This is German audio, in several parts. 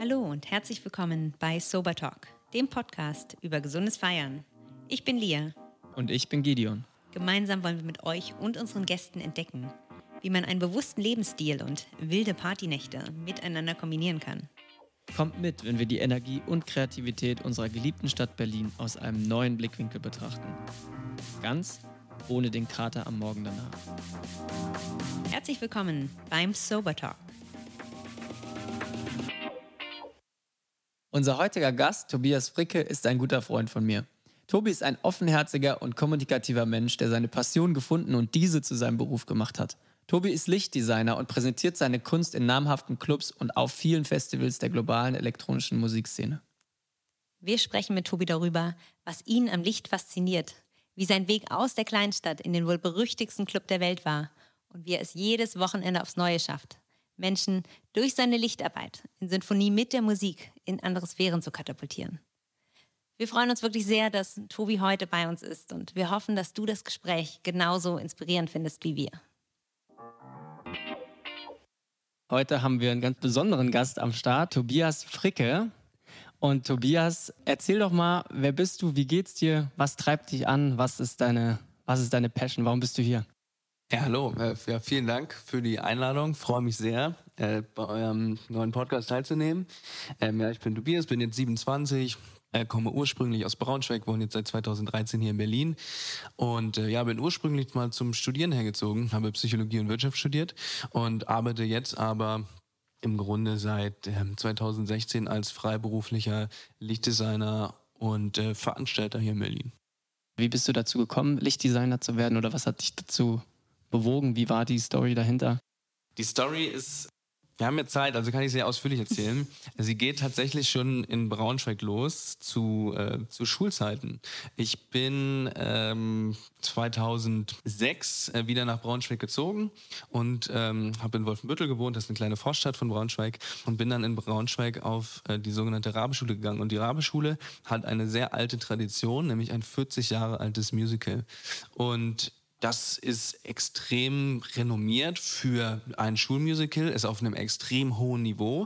Hallo und herzlich willkommen bei Sober Talk, dem Podcast über gesundes Feiern. Ich bin Lia. Und ich bin Gideon. Gemeinsam wollen wir mit euch und unseren Gästen entdecken, wie man einen bewussten Lebensstil und wilde Partynächte miteinander kombinieren kann. Kommt mit, wenn wir die Energie und Kreativität unserer geliebten Stadt Berlin aus einem neuen Blickwinkel betrachten. Ganz ohne den Kater am Morgen danach. Herzlich willkommen beim Sober Talk. Unser heutiger Gast, Tobias Fricke, ist ein guter Freund von mir. Tobi ist ein offenherziger und kommunikativer Mensch, der seine Passion gefunden und diese zu seinem Beruf gemacht hat. Tobi ist Lichtdesigner und präsentiert seine Kunst in namhaften Clubs und auf vielen Festivals der globalen elektronischen Musikszene. Wir sprechen mit Tobi darüber, was ihn am Licht fasziniert, wie sein Weg aus der Kleinstadt in den wohl berüchtigsten Club der Welt war und wie er es jedes Wochenende aufs Neue schafft, Menschen durch seine Lichtarbeit in Sinfonie mit der Musik in andere Sphären zu katapultieren. Wir freuen uns wirklich sehr, dass Tobi heute bei uns ist und wir hoffen, dass du das Gespräch genauso inspirierend findest wie wir. Heute haben wir einen ganz besonderen Gast am Start, Tobias Fricke. Und Tobias, erzähl doch mal, wer bist du, wie geht's dir, was treibt dich an, was ist deine Passion, warum bist du hier? Ja, hallo. Vielen Dank für die Einladung. Freue mich sehr, bei eurem neuen Podcast teilzunehmen. Ich bin Tobias, bin jetzt 27, komme ursprünglich aus Braunschweig, wohne jetzt seit 2013 hier in Berlin und bin ursprünglich mal zum Studieren hergezogen, habe Psychologie und Wirtschaft studiert und arbeite jetzt aber im Grunde seit 2016 als freiberuflicher Lichtdesigner und Veranstalter hier in Berlin. Wie bist du dazu gekommen, Lichtdesigner zu werden oder was hat dich dazu bewogen? Wie war die Story dahinter? Die Story ist, wir haben ja Zeit, also kann ich sehr ausführlich erzählen. Sie geht tatsächlich schon in Braunschweig los zu Schulzeiten. Ich bin 2006 wieder nach Braunschweig gezogen und habe in Wolfenbüttel gewohnt, das ist eine kleine Vorstadt von Braunschweig, und bin dann in Braunschweig auf die sogenannte Rabe-Schule gegangen. Und die Rabe-Schule hat eine sehr alte Tradition, nämlich ein 40 Jahre altes Musical. Und das ist extrem renommiert für ein Schulmusical, ist auf einem extrem hohen Niveau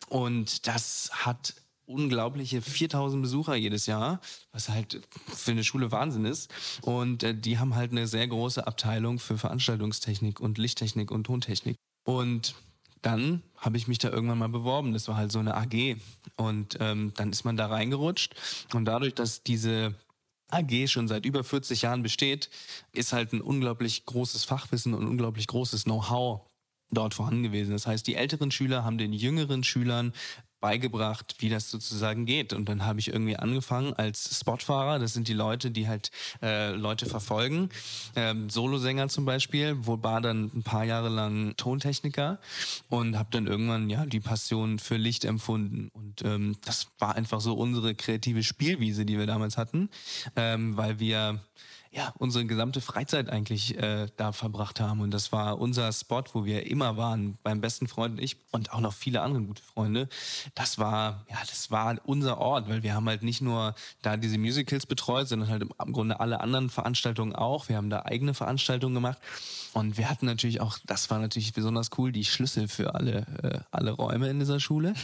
und das hat unglaubliche 4000 Besucher jedes Jahr, was halt für eine Schule Wahnsinn ist. Und die haben halt eine sehr große Abteilung für Veranstaltungstechnik und Lichttechnik und Tontechnik. Und dann habe ich mich da irgendwann mal beworben. Das war halt so eine AG. Und dann ist man da reingerutscht. Und dadurch, dass diese AG schon seit über 40 Jahren besteht, ist halt ein unglaublich großes Fachwissen und ein unglaublich großes Know-how dort vorhanden gewesen. Das heißt, die älteren Schüler haben den jüngeren Schülern beigebracht, wie das sozusagen geht. Und dann habe ich irgendwie angefangen als Spotfahrer. Das sind die Leute, die halt Leute verfolgen. Solosänger zum Beispiel, war dann ein paar Jahre lang Tontechniker und habe dann irgendwann die Passion für Licht empfunden. Und das war einfach so unsere kreative Spielwiese, die wir damals hatten, weil wir unsere gesamte Freizeit eigentlich da verbracht haben. Und das war unser Spot, wo wir immer waren, beim besten Freund und ich und auch noch viele andere gute Freunde. Das war unser Ort, weil wir haben halt nicht nur da diese Musicals betreut, sondern halt im Grunde alle anderen Veranstaltungen auch. Wir haben da eigene Veranstaltungen gemacht und wir hatten natürlich auch, das war natürlich besonders cool, die Schlüssel für alle Räume in dieser Schule.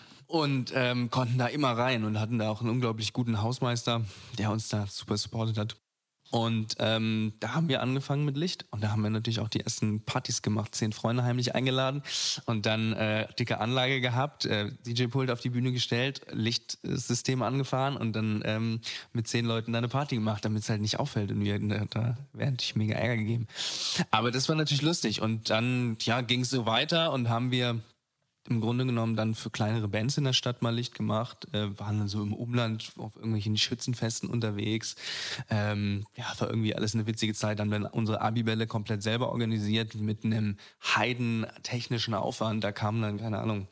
Und konnten da immer rein und hatten da auch einen unglaublich guten Hausmeister, der uns da super supportet hat. Und da haben wir angefangen mit Licht und da haben wir natürlich auch die ersten Partys gemacht, 10 Freunde heimlich eingeladen und dann dicke Anlage gehabt, DJ-Pult auf die Bühne gestellt, Lichtsystem angefahren und dann mit 10 Leuten da eine Party gemacht, damit es halt nicht auffällt und da wäre natürlich mega Ärger gegeben. Aber das war natürlich lustig und dann ging es so weiter und haben wir im Grunde genommen dann für kleinere Bands in der Stadt mal Licht gemacht, waren dann so im Umland auf irgendwelchen Schützenfesten unterwegs. War irgendwie alles eine witzige Zeit. Dann unsere Abibälle komplett selber organisiert mit einem heidentechnischen Aufwand. Da kamen dann, keine Ahnung,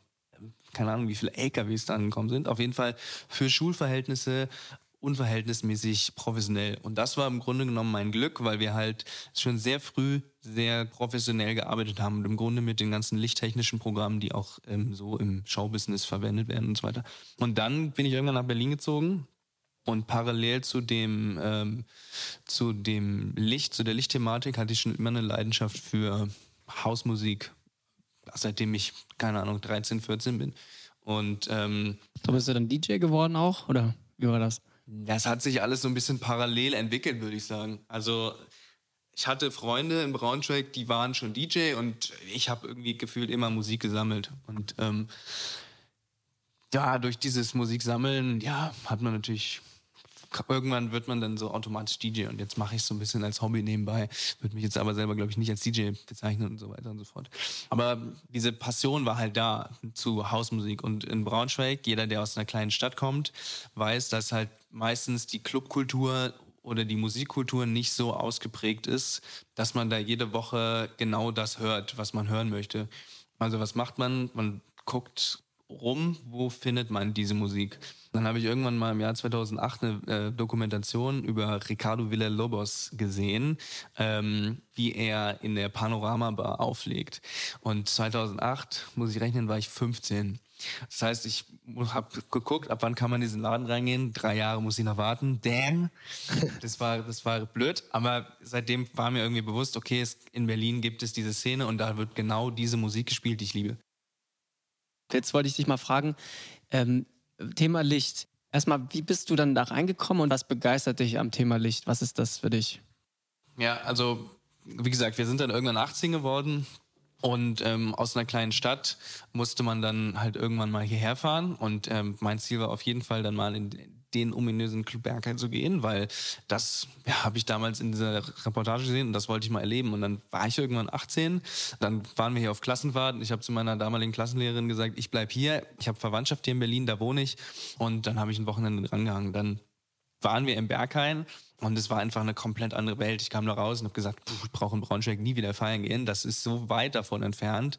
wie viele LKWs da angekommen sind. Auf jeden Fall für Schulverhältnisse unverhältnismäßig professionell. Und das war im Grunde genommen mein Glück, weil wir halt schon sehr früh sehr professionell gearbeitet haben und im Grunde mit den ganzen lichttechnischen Programmen, die auch so im Showbusiness verwendet werden und so weiter. Und dann bin ich irgendwann nach Berlin gezogen und parallel zu der Lichtthematik hatte ich schon immer eine Leidenschaft für Hausmusik, seitdem ich, 13, 14 bin. Und So bist du dann DJ geworden auch? Oder wie war das? das hat sich alles so ein bisschen parallel entwickelt, würde ich sagen. Also ich hatte Freunde in Braunschweig, die waren schon DJ und ich habe irgendwie gefühlt immer Musik gesammelt. Und ja, durch dieses Musiksammeln, ja, hat man natürlich, irgendwann wird man dann so automatisch DJ und jetzt mache ich es so ein bisschen als Hobby nebenbei, würde mich jetzt aber selber, glaube ich, nicht als DJ bezeichnen und so weiter und so fort. Aber diese Passion war halt da zu Hausmusik und in Braunschweig, jeder, der aus einer kleinen Stadt kommt, weiß, dass halt meistens die Clubkultur oder die Musikkultur nicht so ausgeprägt ist, dass man da jede Woche genau das hört, was man hören möchte. Also was macht man? Man guckt rum, wo findet man diese Musik? Dann habe ich irgendwann mal im Jahr 2008 eine Dokumentation über Ricardo Villa-Lobos gesehen, wie er in der Panorama Bar auflegt. Und 2008, muss ich rechnen, war ich 15. Das heißt, ich habe geguckt, ab wann kann man in diesen Laden reingehen. 3 Jahre muss ich noch warten. Damn. Das war blöd. Aber seitdem war mir irgendwie bewusst, okay, in Berlin gibt es diese Szene und da wird genau diese Musik gespielt, die ich liebe. Jetzt wollte ich dich mal fragen, Thema Licht. Erstmal, wie bist du dann da reingekommen und was begeistert dich am Thema Licht? Was ist das für dich? Ja, also wie gesagt, wir sind dann irgendwann 18 geworden und aus einer kleinen Stadt musste man dann halt irgendwann mal hierher fahren und mein Ziel war auf jeden Fall dann mal in den ominösen Club Berghain zu gehen, weil das habe ich damals in dieser Reportage gesehen und das wollte ich mal erleben. Und dann war ich irgendwann 18, dann waren wir hier auf Klassenfahrt und ich habe zu meiner damaligen Klassenlehrerin gesagt, ich bleib hier, ich habe Verwandtschaft hier in Berlin, da wohne ich. Und dann habe ich ein Wochenende drangehangen. Dann waren wir im Berghain und es war einfach eine komplett andere Welt. Ich kam da raus und habe gesagt, ich brauche in Braunschweig nie wieder feiern gehen. Das ist so weit davon entfernt.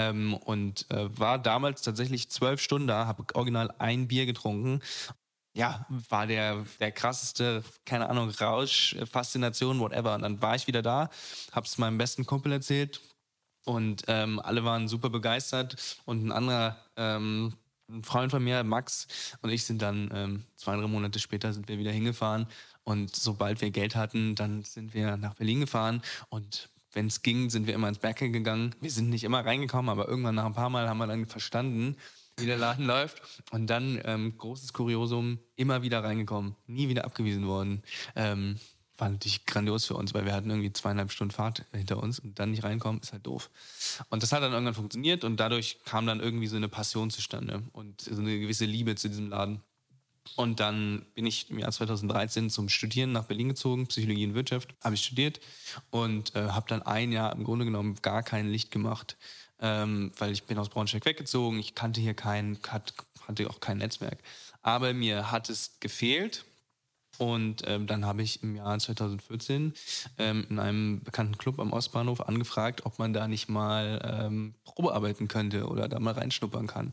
Und war damals tatsächlich 12 Stunden da, habe original ein Bier getrunken. Ja, war der krasseste, keine Ahnung, Rausch, Faszination, whatever. Und dann war ich wieder da, hab's meinem besten Kumpel erzählt und alle waren super begeistert. Und ein anderer ein Freund von mir, Max, und ich sind dann 2, 3 Monate später sind wir wieder hingefahren. Und sobald wir Geld hatten, dann sind wir nach Berlin gefahren und wenn es ging, sind wir immer ins Berghain gegangen. Wir sind nicht immer reingekommen, aber irgendwann nach ein paar Mal haben wir dann verstanden, wie der Laden läuft. Und dann, großes Kuriosum, immer wieder reingekommen, nie wieder abgewiesen worden. War natürlich grandios für uns, weil wir hatten irgendwie 2,5 Stunden Fahrt hinter uns und dann nicht reinkommen, ist halt doof. Und das hat dann irgendwann funktioniert und dadurch kam dann irgendwie so eine Passion zustande und so eine gewisse Liebe zu diesem Laden. Und dann bin ich im Jahr 2013 zum Studieren nach Berlin gezogen, Psychologie und Wirtschaft, habe ich studiert und habe dann 1 Jahr im Grunde genommen gar kein Licht gemacht, weil ich bin aus Braunschweig weggezogen, ich kannte hier hatte auch kein Netzwerk. Aber mir hat es gefehlt und dann habe ich im Jahr 2014 in einem bekannten Club am Ostbahnhof angefragt, ob man da nicht mal Probearbeiten könnte oder da mal reinschnuppern kann.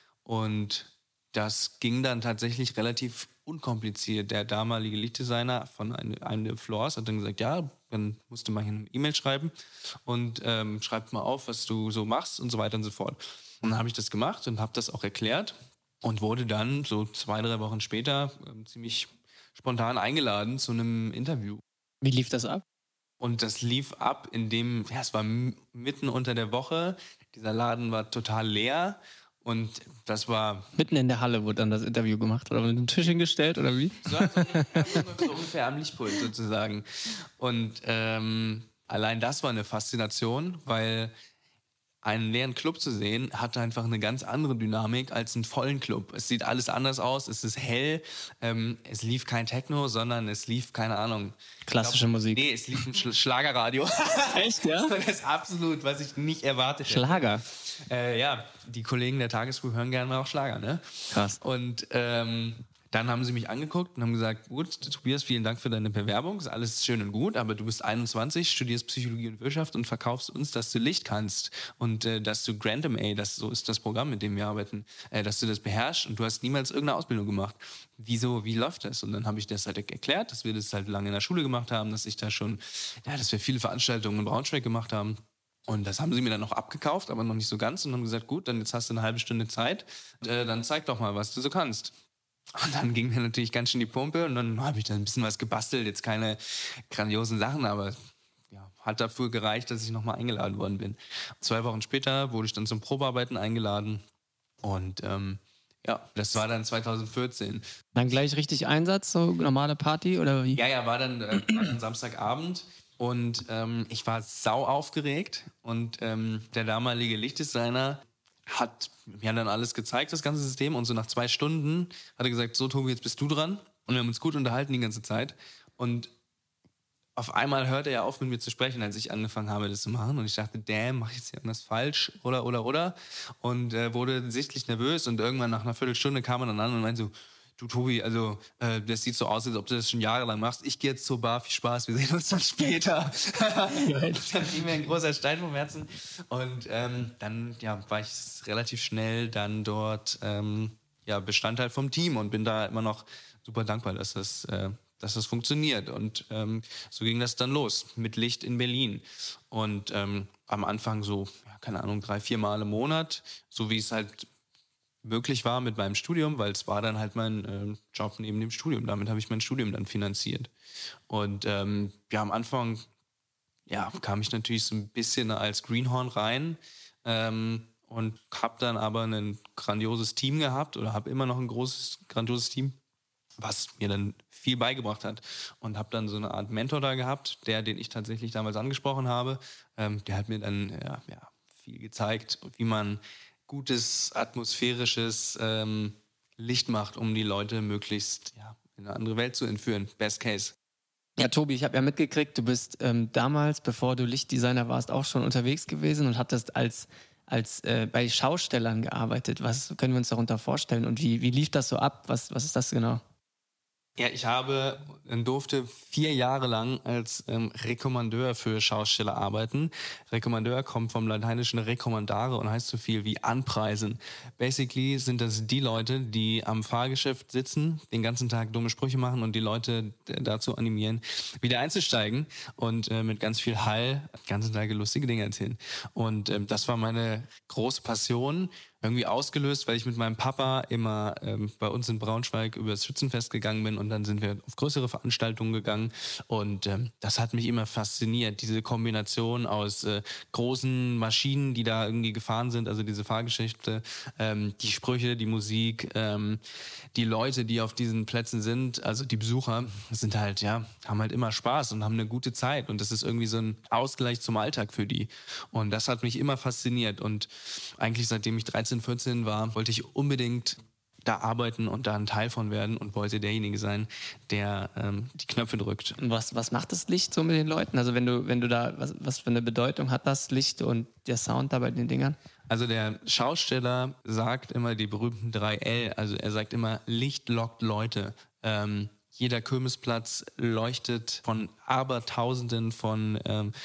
Und das ging dann tatsächlich relativ unkompliziert. Der damalige Lichtdesigner von einem der Floors hat dann gesagt, ja, dann musst du mal hier eine E-Mail schreiben und schreib mal auf, was du so machst und so weiter und so fort. Und dann habe ich das gemacht und habe das auch erklärt und wurde dann so 2, 3 Wochen später ziemlich spontan eingeladen zu einem Interview. Wie lief das ab? Und das lief ab, indem, ja, es war mitten unter der Woche, dieser Laden war total leer. Und das war... Mitten in der Halle wurde dann das Interview gemacht oder mit einem Tisch hingestellt oder wie? So ungefähr am Lichtpult sozusagen. Und allein das war eine Faszination, weil einen leeren Club zu sehen, hat einfach eine ganz andere Dynamik als einen vollen Club. Es sieht alles anders aus, es ist hell, es lief kein Techno, sondern es lief, keine Ahnung... Klassische Musik. Nee, es lief ein Schlagerradio. Echt, ja? Das ist absolut, was ich nicht erwartet hätte. Schlager? Ja, die Kollegen der Tagesfrüh hören gerne mal auch Schlager, ne? Krass. Und dann haben sie mich angeguckt und haben gesagt, gut, Tobias, vielen Dank für deine Bewerbung, ist alles schön und gut, aber du bist 21, studierst Psychologie und Wirtschaft und verkaufst uns, dass du Licht kannst und dass du Grand MA, so ist das Programm, mit dem wir arbeiten, dass du das beherrschst und du hast niemals irgendeine Ausbildung gemacht. Wieso, wie läuft das? Und dann habe ich das halt erklärt, dass wir das halt lange in der Schule gemacht haben, dass wir viele Veranstaltungen in Braunschweig gemacht haben. Und das haben sie mir dann noch abgekauft, aber noch nicht so ganz und haben gesagt, gut, dann jetzt hast du eine halbe Stunde Zeit, dann zeig doch mal, was du so kannst. Und dann ging mir natürlich ganz schön die Pumpe und dann habe ich da ein bisschen was gebastelt, jetzt keine grandiosen Sachen, aber ja, hat dafür gereicht, dass ich nochmal eingeladen worden bin. 2 Wochen später wurde ich dann zum Probearbeiten eingeladen Und das war dann 2014. Dann gleich richtig Einsatz, so normale Party oder wie? Ja, war dann Samstagabend und ich war sau aufgeregt und der damalige Lichtdesigner hat mir dann alles gezeigt, das ganze System, und so nach 2 Stunden hat er gesagt, so Tobi, jetzt bist du dran, und wir haben uns gut unterhalten die ganze Zeit und auf einmal hörte er auf, mit mir zu sprechen, als ich angefangen habe, das zu machen. Und ich dachte, damn, mache ich jetzt irgendwas falsch? Oder? Und wurde sichtlich nervös. Und irgendwann nach einer Viertelstunde kam er dann an und meinte so, du Tobi, also das sieht so aus, als ob du das schon jahrelang machst. Ich gehe jetzt zur Bar, viel Spaß, wir sehen uns dann später. Dann fiel mir ein großer Stein vom Herzen. Und dann war ich relativ schnell dann dort Bestandteil vom Team und bin da immer noch super dankbar, dass das funktioniert. Und so ging das dann los mit Licht in Berlin. Und am Anfang so, 3-4 Mal im Monat, so wie es halt möglich war mit meinem Studium, weil es war dann halt mein Job neben dem Studium. Damit habe ich mein Studium dann finanziert. Und am Anfang kam ich natürlich so ein bisschen als Greenhorn rein und habe dann aber ein grandioses Team gehabt oder habe immer noch ein grandioses Team, was mir dann viel beigebracht hat, und habe dann so eine Art Mentor da gehabt, den ich tatsächlich damals angesprochen habe. Der hat mir dann viel gezeigt, wie man gutes, atmosphärisches Licht macht, um die Leute möglichst in eine andere Welt zu entführen. Best Case. Ja, Tobi, ich habe ja mitgekriegt, du bist damals, bevor du Lichtdesigner warst, auch schon unterwegs gewesen und hattest als bei Schaustellern gearbeitet. Was können wir uns darunter vorstellen und wie lief das so ab? Was ist das genau? Ja, ich durfte 4 Jahre lang als Rekommandeur für Schausteller arbeiten. Rekommandeur kommt vom lateinischen recommandare und heißt so viel wie anpreisen. Basically sind das die Leute, die am Fahrgeschäft sitzen, den ganzen Tag dumme Sprüche machen und die Leute dazu animieren, wieder einzusteigen und mit ganz viel Hall den ganzen Tag lustige Dinge erzählen. Und das war meine große Passion, irgendwie ausgelöst, weil ich mit meinem Papa immer bei uns in Braunschweig über das Schützenfest gegangen bin, und dann sind wir auf größere Veranstaltungen gegangen, und das hat mich immer fasziniert, diese Kombination aus großen Maschinen, die da irgendwie gefahren sind, also diese Fahrgeschichte, die Sprüche, die Musik, die Leute, die auf diesen Plätzen sind, also die Besucher, sind halt, haben halt immer Spaß und haben eine gute Zeit, und das ist irgendwie so ein Ausgleich zum Alltag für die, und das hat mich immer fasziniert, und eigentlich seitdem ich 13, 14 war, wollte ich unbedingt da arbeiten und da ein Teil von werden und wollte derjenige sein, der die Knöpfe drückt. Und was macht das Licht so mit den Leuten? Also wenn du da, was für eine Bedeutung hat das Licht und der Sound da bei den Dingern? Also der Schausteller sagt immer die berühmten 3 L, also er sagt immer, Licht lockt Leute. Jeder Kirmesplatz leuchtet von Abertausenden von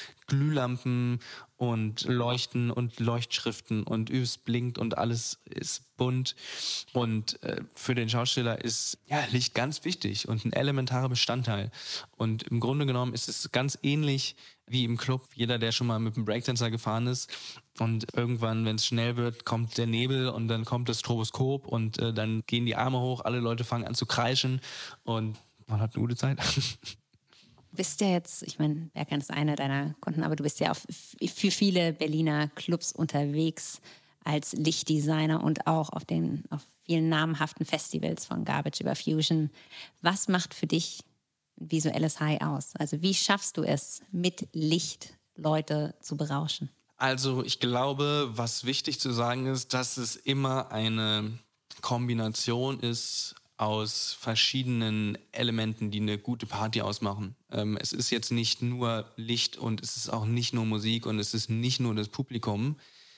Glühlampen und Leuchten und Leuchtschriften, und es blinkt und alles ist bunt. Und für den Schausteller ist Licht ganz wichtig und ein elementarer Bestandteil. Und im Grunde genommen ist es ganz ähnlich wie im Club. Jeder, der schon mal mit einem Breakdancer gefahren ist, und irgendwann, wenn es schnell wird, kommt der Nebel und dann kommt das Stroboskop und dann gehen die Arme hoch, alle Leute fangen an zu kreischen und man hat eine gute Zeit. Du bist ja jetzt, ich meine, Berghain ist einer deiner Kunden, aber du bist ja für viele Berliner Clubs unterwegs als Lichtdesigner und auch auf vielen namhaften Festivals von Garbage über Fusion. Was macht für dich ein visuelles High aus? Also wie schaffst du es, mit Licht Leute zu berauschen? Also ich glaube, was wichtig zu sagen ist, dass es immer eine Kombination ist aus verschiedenen Elementen, die eine gute Party ausmachen. Es ist jetzt nicht nur Licht und es ist auch nicht nur Musik und es ist nicht nur das Publikum.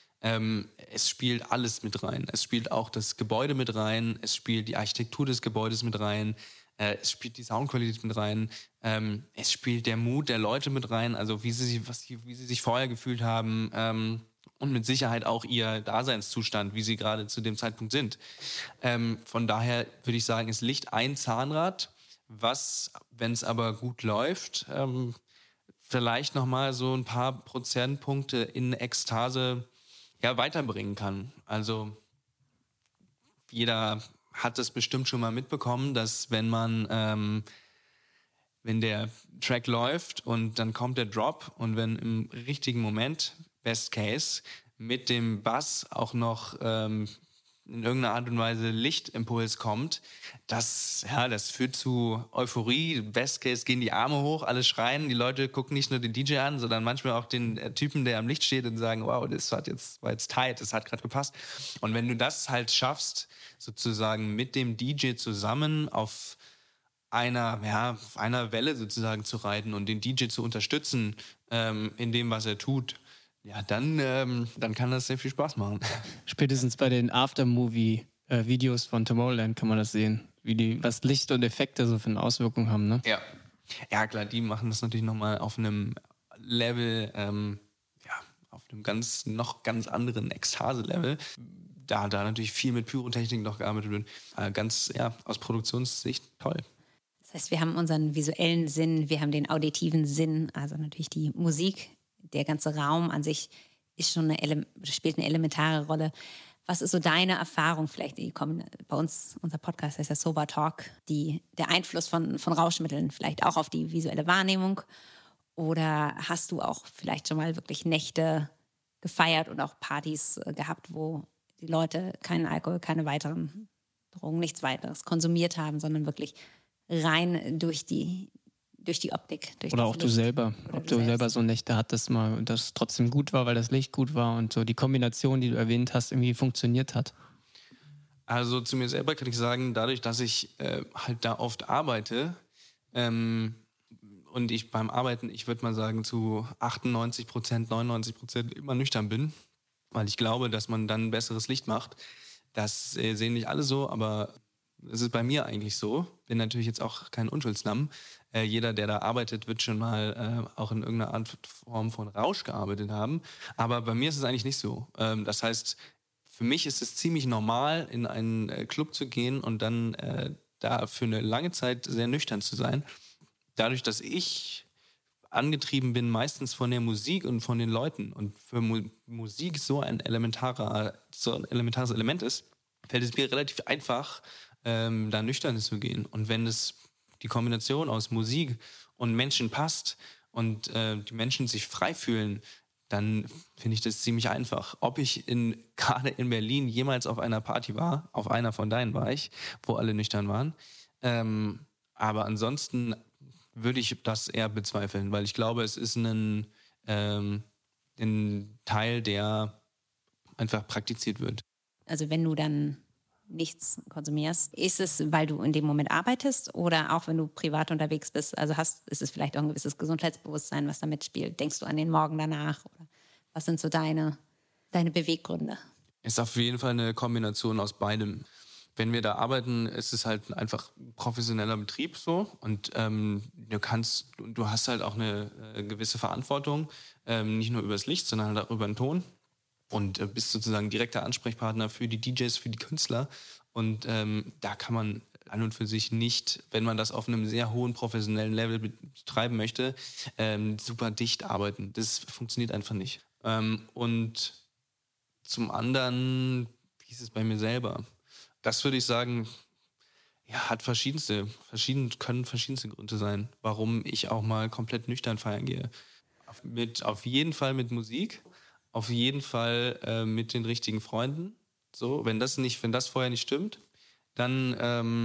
Es spielt alles mit rein. Es spielt auch das Gebäude mit rein, es spielt die Architektur des Gebäudes mit rein, es spielt die Soundqualität mit rein, es spielt der Mut der Leute mit rein, also wie sie sich vorher gefühlt haben, und mit Sicherheit auch ihr Daseinszustand, wie sie gerade zu dem Zeitpunkt sind. Von daher würde ich sagen, ist Licht ein Zahnrad, was, wenn es aber gut läuft, vielleicht nochmal so ein paar Prozentpunkte in Ekstase weiterbringen kann. Also jeder hat es bestimmt schon mal mitbekommen, dass wenn der Track läuft und dann kommt der Drop und wenn im richtigen Moment, Best Case, mit dem Bass auch noch ein in irgendeiner Art und Weise Lichtimpuls kommt, das führt zu Euphorie. Best Case gehen die Arme hoch, alle schreien, die Leute gucken nicht nur den DJ an, sondern manchmal auch den Typen, der am Licht steht und sagen, wow, war jetzt tight, das hat gerade gepasst. Und wenn du das halt schaffst, sozusagen mit dem DJ zusammen auf einer Welle sozusagen zu reiten und den DJ zu unterstützen in dem, was er tut, ja, dann kann das sehr viel Spaß machen. Spätestens bei den Aftermovie-Videos von Tomorrowland kann man das sehen, was Licht und Effekte so für eine Auswirkung haben, ne? Ja. Ja, klar, die machen das natürlich nochmal auf einem Level, auf einem ganz anderen Ekstase-Level. Da natürlich viel mit Pyrotechnik noch gearbeitet wird. Aus Produktionssicht toll. Das heißt, wir haben unseren visuellen Sinn, wir haben den auditiven Sinn, also natürlich die Musik, der ganze Raum an sich spielt eine elementare Rolle. Was ist so deine Erfahrung vielleicht? Bei uns, unser Podcast heißt ja Sober Talk, der Einfluss von Rauschmitteln vielleicht auch auf die visuelle Wahrnehmung? Oder hast du auch vielleicht schon mal wirklich Nächte gefeiert und auch Partys gehabt, wo die Leute keinen Alkohol, keine weiteren Drogen, nichts weiteres konsumiert haben, sondern wirklich rein durch die Optik. Oder auch du selber. Ob du selber so Nächte hattest mal und das trotzdem gut war, weil das Licht gut war und so die Kombination, die du erwähnt hast, irgendwie funktioniert hat. Also zu mir selber kann ich sagen, dadurch, dass ich halt da oft arbeite und ich beim Arbeiten, ich würde mal sagen, zu 98%, 99% immer nüchtern bin, weil ich glaube, dass man dann besseres Licht macht. Das sehen nicht alle so, aber es ist bei mir eigentlich so. Bin natürlich jetzt auch kein Unschuldslamm. Jeder, der da arbeitet, wird schon mal auch in irgendeiner Art Form von Rausch gearbeitet haben. Aber bei mir ist es eigentlich nicht so. Das heißt, für mich ist es ziemlich normal, in einen Club zu gehen und dann da für eine lange Zeit sehr nüchtern zu sein. Dadurch, dass ich angetrieben bin, meistens von der Musik und von den Leuten und für Musik so ein elementares Element ist, fällt es mir relativ einfach, da nüchtern zu gehen. Und wenn es die Kombination aus Musik und Menschen passt und die Menschen sich frei fühlen, dann finde ich das ziemlich einfach. Ob ich gerade in Berlin jemals auf einer Party war, auf einer von deinen war ich, wo alle nüchtern waren. Aber ansonsten würde ich das eher bezweifeln, weil ich glaube, es ist ein Teil, der einfach praktiziert wird. Also wenn du dann nichts konsumierst, ist es, weil du in dem Moment arbeitest oder auch wenn du privat unterwegs bist? Also ist es vielleicht auch ein gewisses Gesundheitsbewusstsein, was da mitspielt? Denkst du an den Morgen danach? Oder was sind so deine Beweggründe? Ist auf jeden Fall eine Kombination aus beidem. Wenn wir da arbeiten, ist es halt einfach ein professioneller Betrieb so und du hast halt auch eine gewisse Verantwortung, nicht nur über das Licht, sondern halt auch über den Ton. Und bist sozusagen direkter Ansprechpartner für die DJs, für die Künstler. Und da kann man an und für sich nicht, wenn man das auf einem sehr hohen professionellen Level betreiben möchte, super dicht arbeiten. Das funktioniert einfach nicht. Und zum anderen, wie ist es bei mir selber? Das würde ich sagen, ja, können verschiedenste Gründe sein, warum ich auch mal komplett nüchtern feiern gehe. Auf jeden Fall mit Musik. Auf jeden Fall mit den richtigen Freunden. So, wenn das vorher nicht stimmt, dann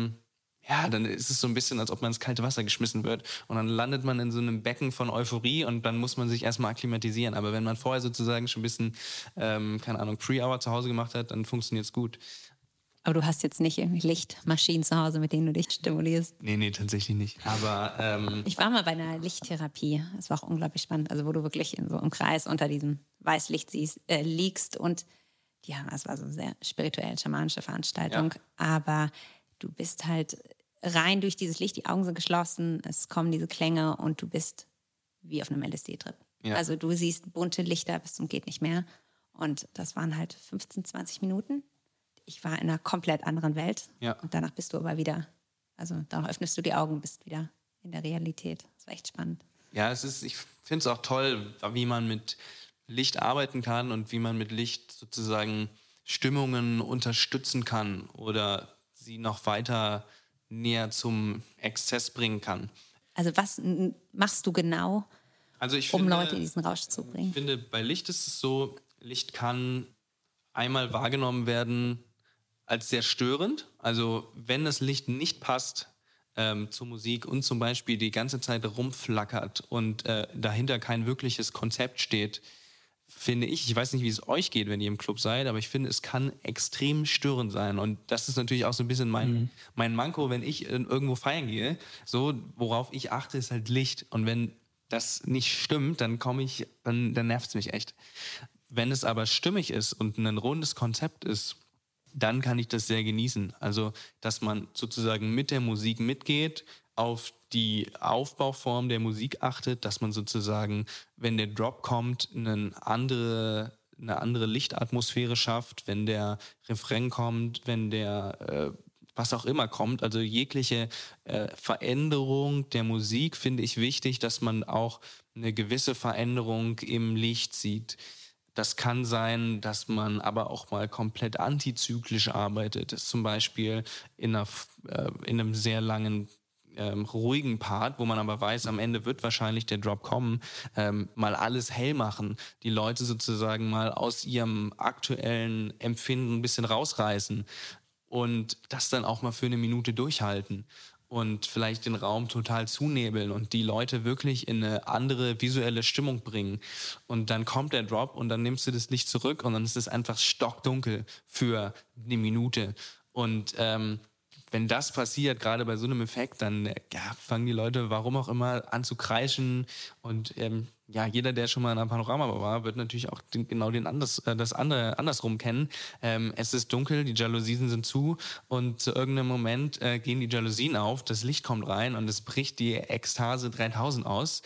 ist es so ein bisschen, als ob man ins kalte Wasser geschmissen wird. Und dann landet man in so einem Becken von Euphorie und dann muss man sich erstmal akklimatisieren. Aber wenn man vorher sozusagen schon ein bisschen, Pre-Hour zu Hause gemacht hat, dann funktioniert es gut. Aber du hast jetzt nicht irgendwie Lichtmaschinen zu Hause, mit denen du dich stimulierst? Nee, tatsächlich nicht. Aber ich war mal bei einer Lichttherapie. Das war auch unglaublich spannend. Also wo du wirklich in so einem Kreis unter diesem Weißlicht liegst. Und ja, das war so eine sehr spirituell schamanische Veranstaltung. Ja. Aber du bist halt rein durch dieses Licht, die Augen sind geschlossen, es kommen diese Klänge und du bist wie auf einem LSD-Trip. Ja. Also du siehst bunte Lichter bis zum geht nicht mehr. Und das waren halt 15, 20 Minuten. Ich war in einer komplett anderen Welt. Ja. Und danach bist du aber wieder, also danach öffnest du die Augen und bist wieder in der Realität. Das war echt spannend. Ja, ich finde es auch toll, wie man mit Licht arbeiten kann und wie man mit Licht sozusagen Stimmungen unterstützen kann oder sie noch weiter näher zum Exzess bringen kann. Also was machst du genau, Leute in diesen Rausch zu bringen? Ich finde, bei Licht ist es so, Licht kann einmal wahrgenommen werden als sehr störend. Also wenn das Licht nicht passt zur Musik und zum Beispiel die ganze Zeit rumflackert und dahinter kein wirkliches Konzept steht, finde ich weiß nicht, wie es euch geht, wenn ihr im Club seid, aber ich finde, es kann extrem störend sein. Und das ist natürlich auch so ein bisschen mein Manko, wenn ich irgendwo feiern gehe. So, worauf ich achte, ist halt Licht. Und wenn das nicht stimmt, dann nervt es mich echt. Wenn es aber stimmig ist und ein rundes Konzept ist, dann kann ich das sehr genießen. Also, dass man sozusagen mit der Musik mitgeht, auf die Aufbauform der Musik achtet, dass man sozusagen, wenn der Drop kommt, eine andere Lichtatmosphäre schafft, wenn der Refrain kommt, wenn der was auch immer kommt, also jegliche Veränderung der Musik finde ich wichtig, dass man auch eine gewisse Veränderung im Licht sieht. Das kann sein, dass man aber auch mal komplett antizyklisch arbeitet. Das ist zum Beispiel in einem sehr langen ruhigen Part, wo man aber weiß, am Ende wird wahrscheinlich der Drop kommen, mal alles hell machen, die Leute sozusagen mal aus ihrem aktuellen Empfinden ein bisschen rausreißen und das dann auch mal für eine Minute durchhalten und vielleicht den Raum total zunebeln und die Leute wirklich in eine andere visuelle Stimmung bringen. Und dann kommt der Drop und dann nimmst du das Licht zurück und dann ist es einfach stockdunkel für eine Minute. Und wenn das passiert, gerade bei so einem Effekt, dann fangen die Leute, warum auch immer, an zu kreischen. Und jeder, der schon mal in einem Panorama war, wird natürlich auch das andere andersrum kennen. Es ist dunkel, die Jalousien sind zu und zu irgendeinem Moment gehen die Jalousien auf, das Licht kommt rein und es bricht die Ekstase 3000 aus.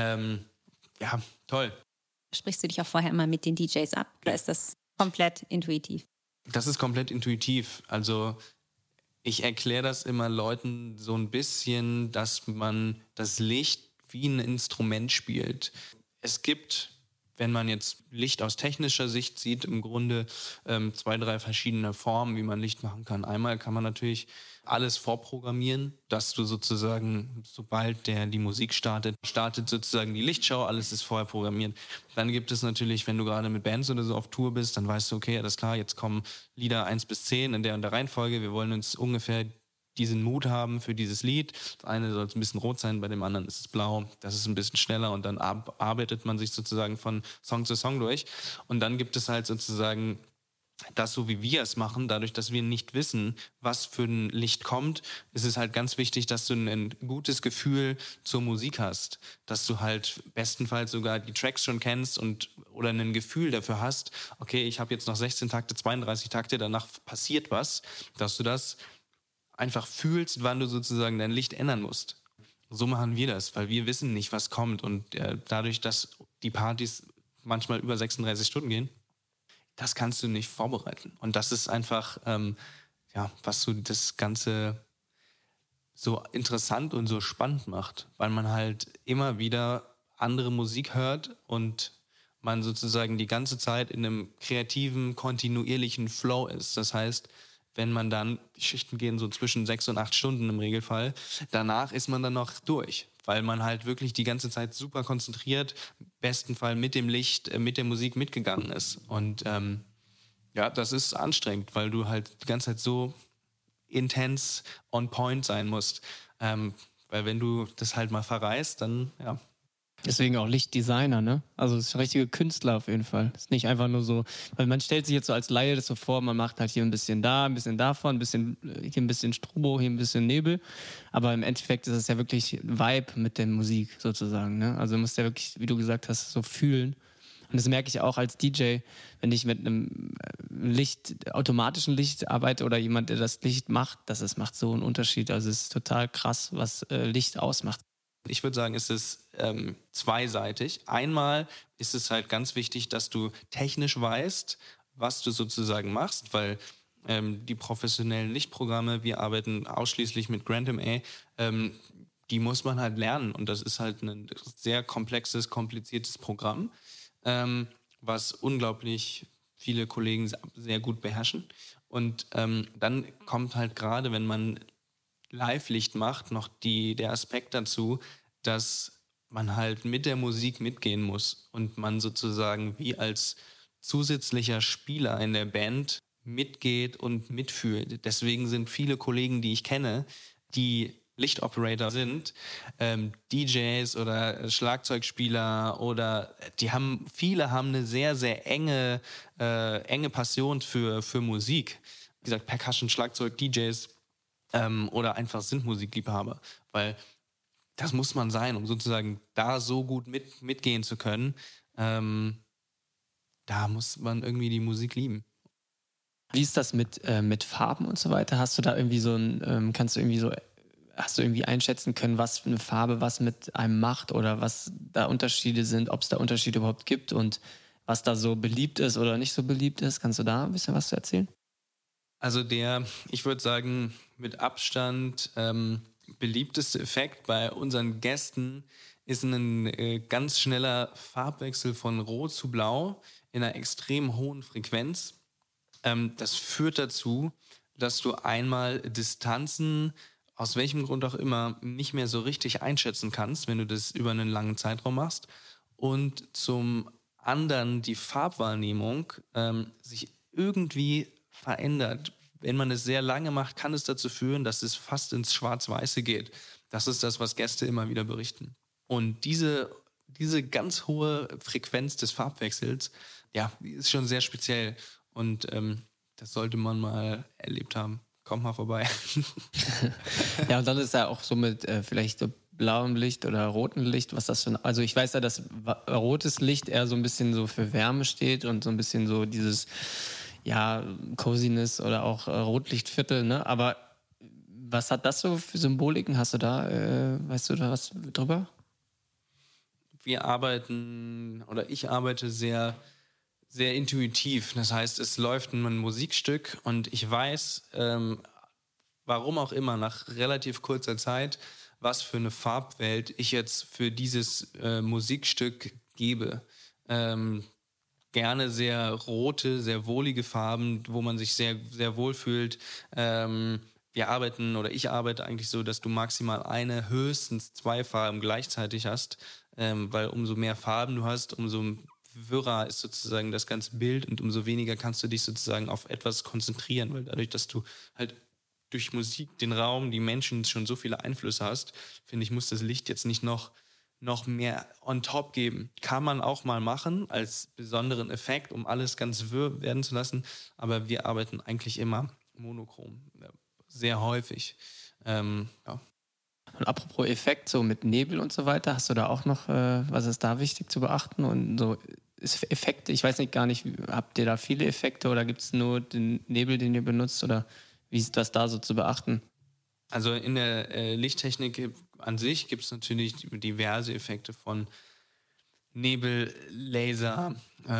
Toll. Sprichst du dich auch vorher immer mit den DJs ab? Oder ist das komplett intuitiv? Das ist komplett intuitiv. Also ich erkläre das immer Leuten so ein bisschen, dass man das Licht wie ein Instrument spielt. Es gibt, wenn man jetzt Licht aus technischer Sicht sieht, im Grunde 2, 3 verschiedene Formen, wie man Licht machen kann. Einmal kann man natürlich alles vorprogrammieren, dass du sozusagen, sobald die Musik startet sozusagen die Lichtschau, alles ist vorher programmiert. Dann gibt es natürlich, wenn du gerade mit Bands oder so auf Tour bist, dann weißt du, okay, alles klar, jetzt kommen Lieder 1 bis 10 in der und der Reihenfolge, wir wollen uns ungefähr diesen Mut haben für dieses Lied. Das eine soll ein bisschen rot sein, bei dem anderen ist es blau. Das ist ein bisschen schneller und dann arbeitet man sich sozusagen von Song zu Song durch. Und dann gibt es halt sozusagen das, so wie wir es machen, dadurch, dass wir nicht wissen, was für ein Licht kommt, ist es halt ganz wichtig, dass du ein gutes Gefühl zur Musik hast. Dass du halt bestenfalls sogar die Tracks schon kennst oder ein Gefühl dafür hast, okay, ich habe jetzt noch 16 Takte, 32 Takte, danach passiert was, dass du das einfach fühlst, wann du sozusagen dein Licht ändern musst. So machen wir das, weil wir wissen nicht, was kommt. Und dadurch, dass die Partys manchmal über 36 Stunden gehen, das kannst du nicht vorbereiten. Und das ist einfach, was so das Ganze so interessant und so spannend macht, weil man halt immer wieder andere Musik hört und man sozusagen die ganze Zeit in einem kreativen, kontinuierlichen Flow ist. Das heißt, wenn man dann, die Schichten gehen so zwischen 6 und 8 Stunden im Regelfall, danach ist man dann noch durch, weil man halt wirklich die ganze Zeit super konzentriert, im besten Fall mit dem Licht, mit der Musik mitgegangen ist. Und das ist anstrengend, weil du halt die ganze Zeit so intens on point sein musst. Weil wenn du das halt mal verreist, dann Deswegen auch Lichtdesigner, ne? Also das ist ein richtiger Künstler auf jeden Fall. Das ist nicht einfach nur so, weil man stellt sich jetzt so als Laie das so vor, man macht halt hier ein bisschen da, ein bisschen davon, hier ein bisschen Strobo, hier ein bisschen Nebel. Aber im Endeffekt ist es ja wirklich Vibe mit der Musik sozusagen, ne? Also du musst ja wirklich, wie du gesagt hast, so fühlen. Und das merke ich auch als DJ, wenn ich mit einem automatischen Licht arbeite oder jemand, der das Licht macht, das macht so einen Unterschied. Also es ist total krass, was Licht ausmacht. Ich würde sagen, es ist zweiseitig. Einmal ist es halt ganz wichtig, dass du technisch weißt, was du sozusagen machst, weil die professionellen Lichtprogramme, wir arbeiten ausschließlich mit GrandMA, die muss man halt lernen. Und das ist halt ein sehr komplexes, kompliziertes Programm, was unglaublich viele Kollegen sehr gut beherrschen. Und dann kommt halt gerade, wenn man Live-Licht macht, noch der Aspekt dazu, dass man halt mit der Musik mitgehen muss und man sozusagen wie als zusätzlicher Spieler in der Band mitgeht und mitfühlt. Deswegen sind viele Kollegen, die ich kenne, die Lichtoperator sind, DJs oder Schlagzeugspieler oder viele haben eine sehr, sehr enge Passion für Musik. Wie gesagt, Percussion, Schlagzeug, DJs oder einfach sind Musikliebhaber, weil das muss man sein, um sozusagen da so gut mitgehen zu können. Da muss man irgendwie die Musik lieben. Wie ist das mit Farben und so weiter? Hast du da irgendwie hast du irgendwie einschätzen können, was für eine Farbe was mit einem macht oder was da Unterschiede sind, ob es da Unterschiede überhaupt gibt und was da so beliebt ist oder nicht so beliebt ist? Kannst du da ein bisschen was zu erzählen? Also ich würde sagen, mit Abstand beliebteste Effekt bei unseren Gästen ist ein ganz schneller Farbwechsel von Rot zu Blau in einer extrem hohen Frequenz. Das führt dazu, dass du einmal Distanzen, aus welchem Grund auch immer, nicht mehr so richtig einschätzen kannst, wenn du das über einen langen Zeitraum machst. Und zum anderen die Farbwahrnehmung sich irgendwie verändert. Wenn man es sehr lange macht, kann es dazu führen, dass es fast ins Schwarz-Weiße geht. Das ist das, was Gäste immer wieder berichten. Und diese ganz hohe Frequenz des Farbwechsels, ja, die ist schon sehr speziell. Und das sollte man mal erlebt haben. Kommt mal vorbei. Ja, und dann ist ja auch so mit vielleicht so blauem Licht oder rotem Licht, was das für also ich weiß ja, dass rotes Licht eher so ein bisschen so für Wärme steht und so ein bisschen so dieses, ja, Coziness oder auch Rotlichtviertel, ne? Aber was hat das so für Symboliken? Hast du da, weißt du da was drüber? Ich arbeite sehr, sehr intuitiv. Das heißt, es läuft ein Musikstück und ich weiß, warum auch immer, nach relativ kurzer Zeit, was für eine Farbwelt ich jetzt für dieses Musikstück gebe. Gerne sehr rote, sehr wohlige Farben, wo man sich sehr, sehr wohl fühlt. Ich arbeite eigentlich so, dass du maximal eine, höchstens 2 Farben gleichzeitig hast, weil umso mehr Farben du hast, umso wirrer ist sozusagen das ganze Bild und umso weniger kannst du dich sozusagen auf etwas konzentrieren, weil dadurch, dass du halt durch Musik, den Raum, die Menschen schon so viele Einflüsse hast, finde ich, muss das Licht jetzt nicht noch mehr on top geben. Kann man auch mal machen als besonderen Effekt, um alles ganz wirr werden zu lassen, aber wir arbeiten eigentlich immer monochrom, sehr häufig. Ja. Und apropos Effekt, so mit Nebel und so weiter, hast du da auch noch, was ist da wichtig zu beachten? Und so Effekte, ich weiß nicht gar nicht, habt ihr da viele Effekte oder gibt es nur den Nebel, den ihr benutzt oder wie ist das da so zu beachten? Also in der Lichttechnik an sich gibt es natürlich diverse Effekte von Nebel, Laser,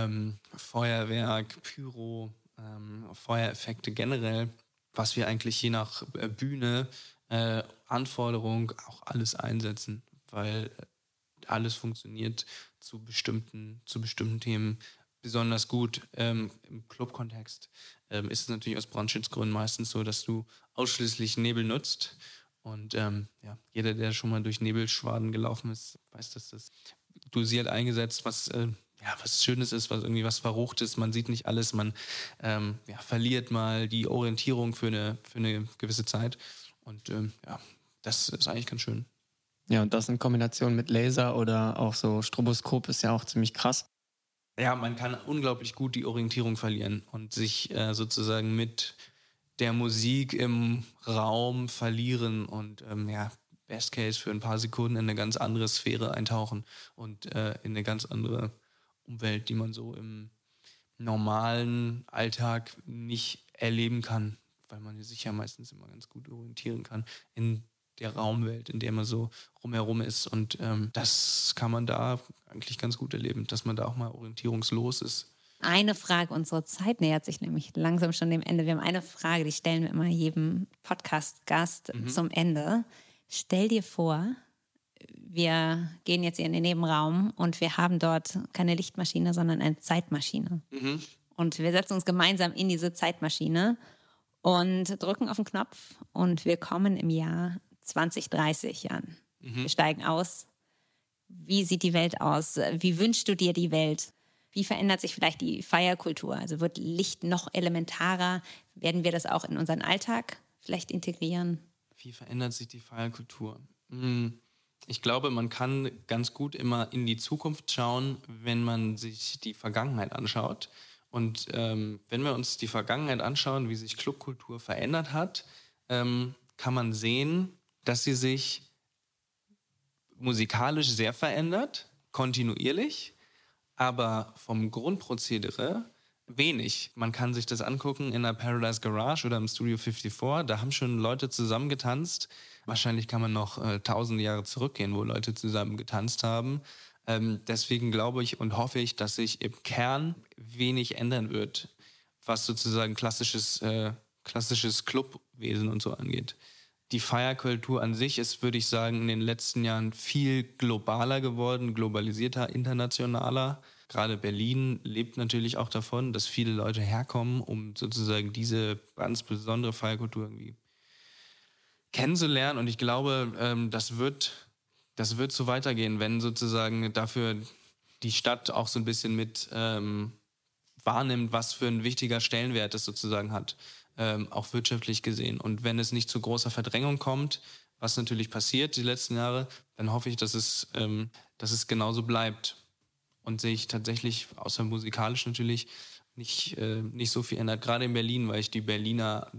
Feuerwerk, Pyro, Feuereffekte generell, was wir eigentlich je nach Bühne, Anforderung auch alles einsetzen, weil alles funktioniert zu bestimmten Themen besonders gut. Im Club-Kontext ist es natürlich aus Brandschutzgründen meistens so, dass du ausschließlich Nebel nutzt. Und jeder, der schon mal durch Nebelschwaden gelaufen ist, weiß, dass das dosiert eingesetzt, was Schönes ist, was irgendwie was Verruchtes. Man sieht nicht alles, man verliert mal die Orientierung für eine gewisse Zeit. Und das ist eigentlich ganz schön. Ja, und das in Kombination mit Laser oder auch so Stroboskop ist ja auch ziemlich krass. Ja, man kann unglaublich gut die Orientierung verlieren und sich sozusagen mit der Musik im Raum verlieren und Best Case für ein paar Sekunden in eine ganz andere Sphäre eintauchen und in eine ganz andere Umwelt, die man so im normalen Alltag nicht erleben kann, weil man sich ja meistens immer ganz gut orientieren kann in der Raumwelt, in der man so rumherum ist. Und das kann man da eigentlich ganz gut erleben, dass man da auch mal orientierungslos ist. Eine Frage, unsere Zeit nähert sich nämlich langsam schon dem Ende. Wir haben eine Frage, die stellen wir immer jedem Podcast-Gast zum Ende. Stell dir vor, wir gehen jetzt in den Nebenraum und wir haben dort keine Lichtmaschine, sondern eine Zeitmaschine. Mhm. Und wir setzen uns gemeinsam in diese Zeitmaschine und drücken auf den Knopf und wir kommen im Jahr 2030 an. Wir steigen aus. Wie sieht die Welt aus? Wie wünschst du dir die Welt? Wie verändert sich vielleicht die Feierkultur? Also wird Licht noch elementarer? Werden wir das auch in unseren Alltag vielleicht integrieren? Wie verändert sich die Feierkultur? Ich glaube, man kann ganz gut immer in die Zukunft schauen, wenn man sich die Vergangenheit anschaut. Und wenn wir uns die Vergangenheit anschauen, wie sich Clubkultur verändert hat, kann man sehen, dass sie sich musikalisch sehr verändert, kontinuierlich, aber vom Grundprozedere wenig. Man kann sich das angucken in der Paradise Garage oder im Studio 54. Da haben schon Leute zusammen getanzt. Wahrscheinlich kann man noch tausende Jahre zurückgehen, wo Leute zusammen getanzt haben. Deswegen glaube ich und hoffe ich, dass sich im Kern wenig ändern wird, was sozusagen klassisches Clubwesen und so angeht. Die Feierkultur an sich ist, würde ich sagen, in den letzten Jahren viel globaler geworden, globalisierter, internationaler. Gerade Berlin lebt natürlich auch davon, dass viele Leute herkommen, um sozusagen diese ganz besondere Feierkultur irgendwie kennenzulernen. Und ich glaube, das wird so weitergehen, wenn sozusagen dafür die Stadt auch so ein bisschen mit wahrnimmt, was für ein wichtiger Stellenwert es sozusagen hat, auch wirtschaftlich gesehen. Und wenn es nicht zu großer Verdrängung kommt, was natürlich passiert die letzten Jahre, dann hoffe ich, dass es genauso bleibt und sich tatsächlich, außer musikalisch natürlich, nicht so viel ändert. Gerade in Berlin, weil ich den Berliner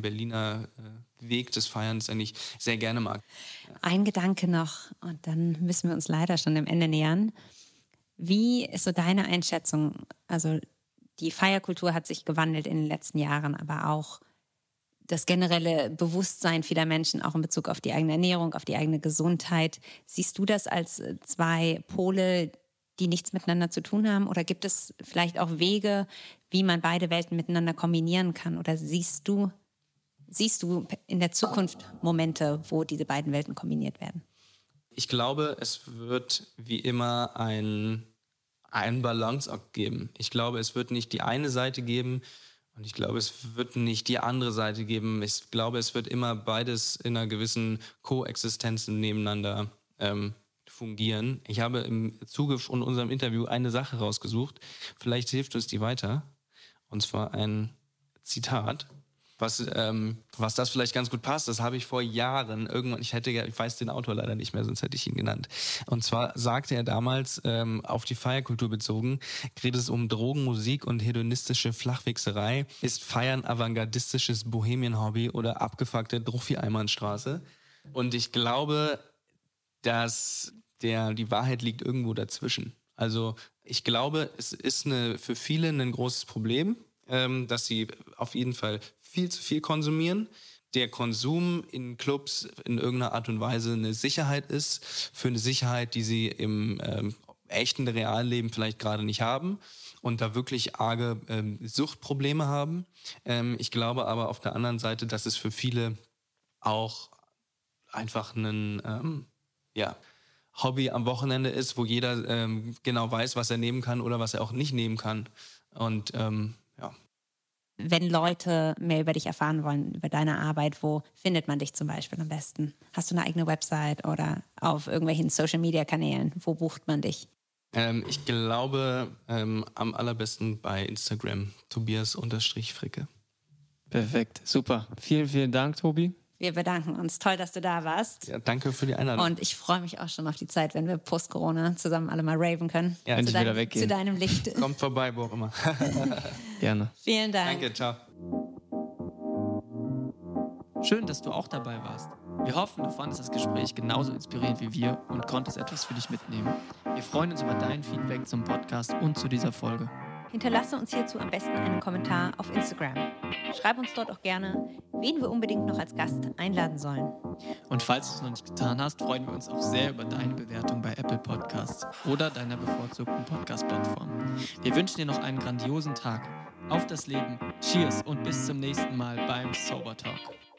Weg des Feierns eigentlich sehr gerne mag. Ein Gedanke noch und dann müssen wir uns leider schon dem Ende nähern. Wie ist so deine Einschätzung? Also die Feierkultur hat sich gewandelt in den letzten Jahren, aber auch das generelle Bewusstsein vieler Menschen, auch in Bezug auf die eigene Ernährung, auf die eigene Gesundheit. Siehst du das als zwei Pole, die nichts miteinander zu tun haben? Oder gibt es vielleicht auch Wege, wie man beide Welten miteinander kombinieren kann? Oder siehst du in der Zukunft Momente, wo diese beiden Welten kombiniert werden? Ich glaube, es wird wie immer ein Balanceakt geben. Ich glaube, es wird nicht die eine Seite geben und ich glaube, es wird nicht die andere Seite geben. Ich glaube, es wird immer beides in einer gewissen Koexistenz nebeneinander fungieren. Ich habe im Zuge von unserem Interview eine Sache rausgesucht. Vielleicht hilft uns die weiter. Und zwar ein Zitat. Was das vielleicht ganz gut passt, das habe ich vor Jahren irgendwann, ich weiß den Autor leider nicht mehr, sonst hätte ich ihn genannt. Und zwar sagte er damals, auf die Feierkultur bezogen, geht es um Drogen, Musik und hedonistische Flachwichserei, ist Feiern avantgardistisches Bohemien-Hobby oder abgefuckte Druffi-Einbahnstraße. Und ich glaube, dass die Wahrheit liegt irgendwo dazwischen. Also ich glaube, es ist für viele ein großes Problem, dass sie auf jeden Fall viel zu viel konsumieren. Der Konsum in Clubs in irgendeiner Art und Weise eine Sicherheit ist, für eine Sicherheit, die sie im echten Realleben vielleicht gerade nicht haben und da wirklich arge Suchtprobleme haben. Ich glaube aber auf der anderen Seite, dass es für viele auch einfach ein Hobby am Wochenende ist, wo jeder genau weiß, was er nehmen kann oder was er auch nicht nehmen kann. Und Wenn Leute mehr über dich erfahren wollen, über deine Arbeit, wo findet man dich zum Beispiel am besten? Hast du eine eigene Website oder auf irgendwelchen Social-Media-Kanälen? Wo bucht man dich? Ich glaube, am allerbesten bei Instagram, Tobias_Fricke. Perfekt, super. Vielen, vielen Dank, Tobi. Wir bedanken uns. Toll, dass du da warst. Ja, danke für die Einladung. Und ich freue mich auch schon auf die Zeit, wenn wir post-Corona zusammen alle mal raven können. Ja, wenn ich wieder weggehen. Zu deinem Licht. Kommt vorbei, wo auch immer. Gerne. Vielen Dank. Danke, ciao. Schön, dass du auch dabei warst. Wir hoffen, du fandest das Gespräch genauso inspirierend wie wir und konntest etwas für dich mitnehmen. Wir freuen uns über dein Feedback zum Podcast und zu dieser Folge. Hinterlasse uns hierzu am besten einen Kommentar auf Instagram. Schreib uns dort auch gerne, wen wir unbedingt noch als Gast einladen sollen. Und falls du es noch nicht getan hast, freuen wir uns auch sehr über deine Bewertung bei Apple Podcasts oder deiner bevorzugten Podcast-Plattform. Wir wünschen dir noch einen grandiosen Tag. Auf das Leben, Cheers und bis zum nächsten Mal beim Sober Talk.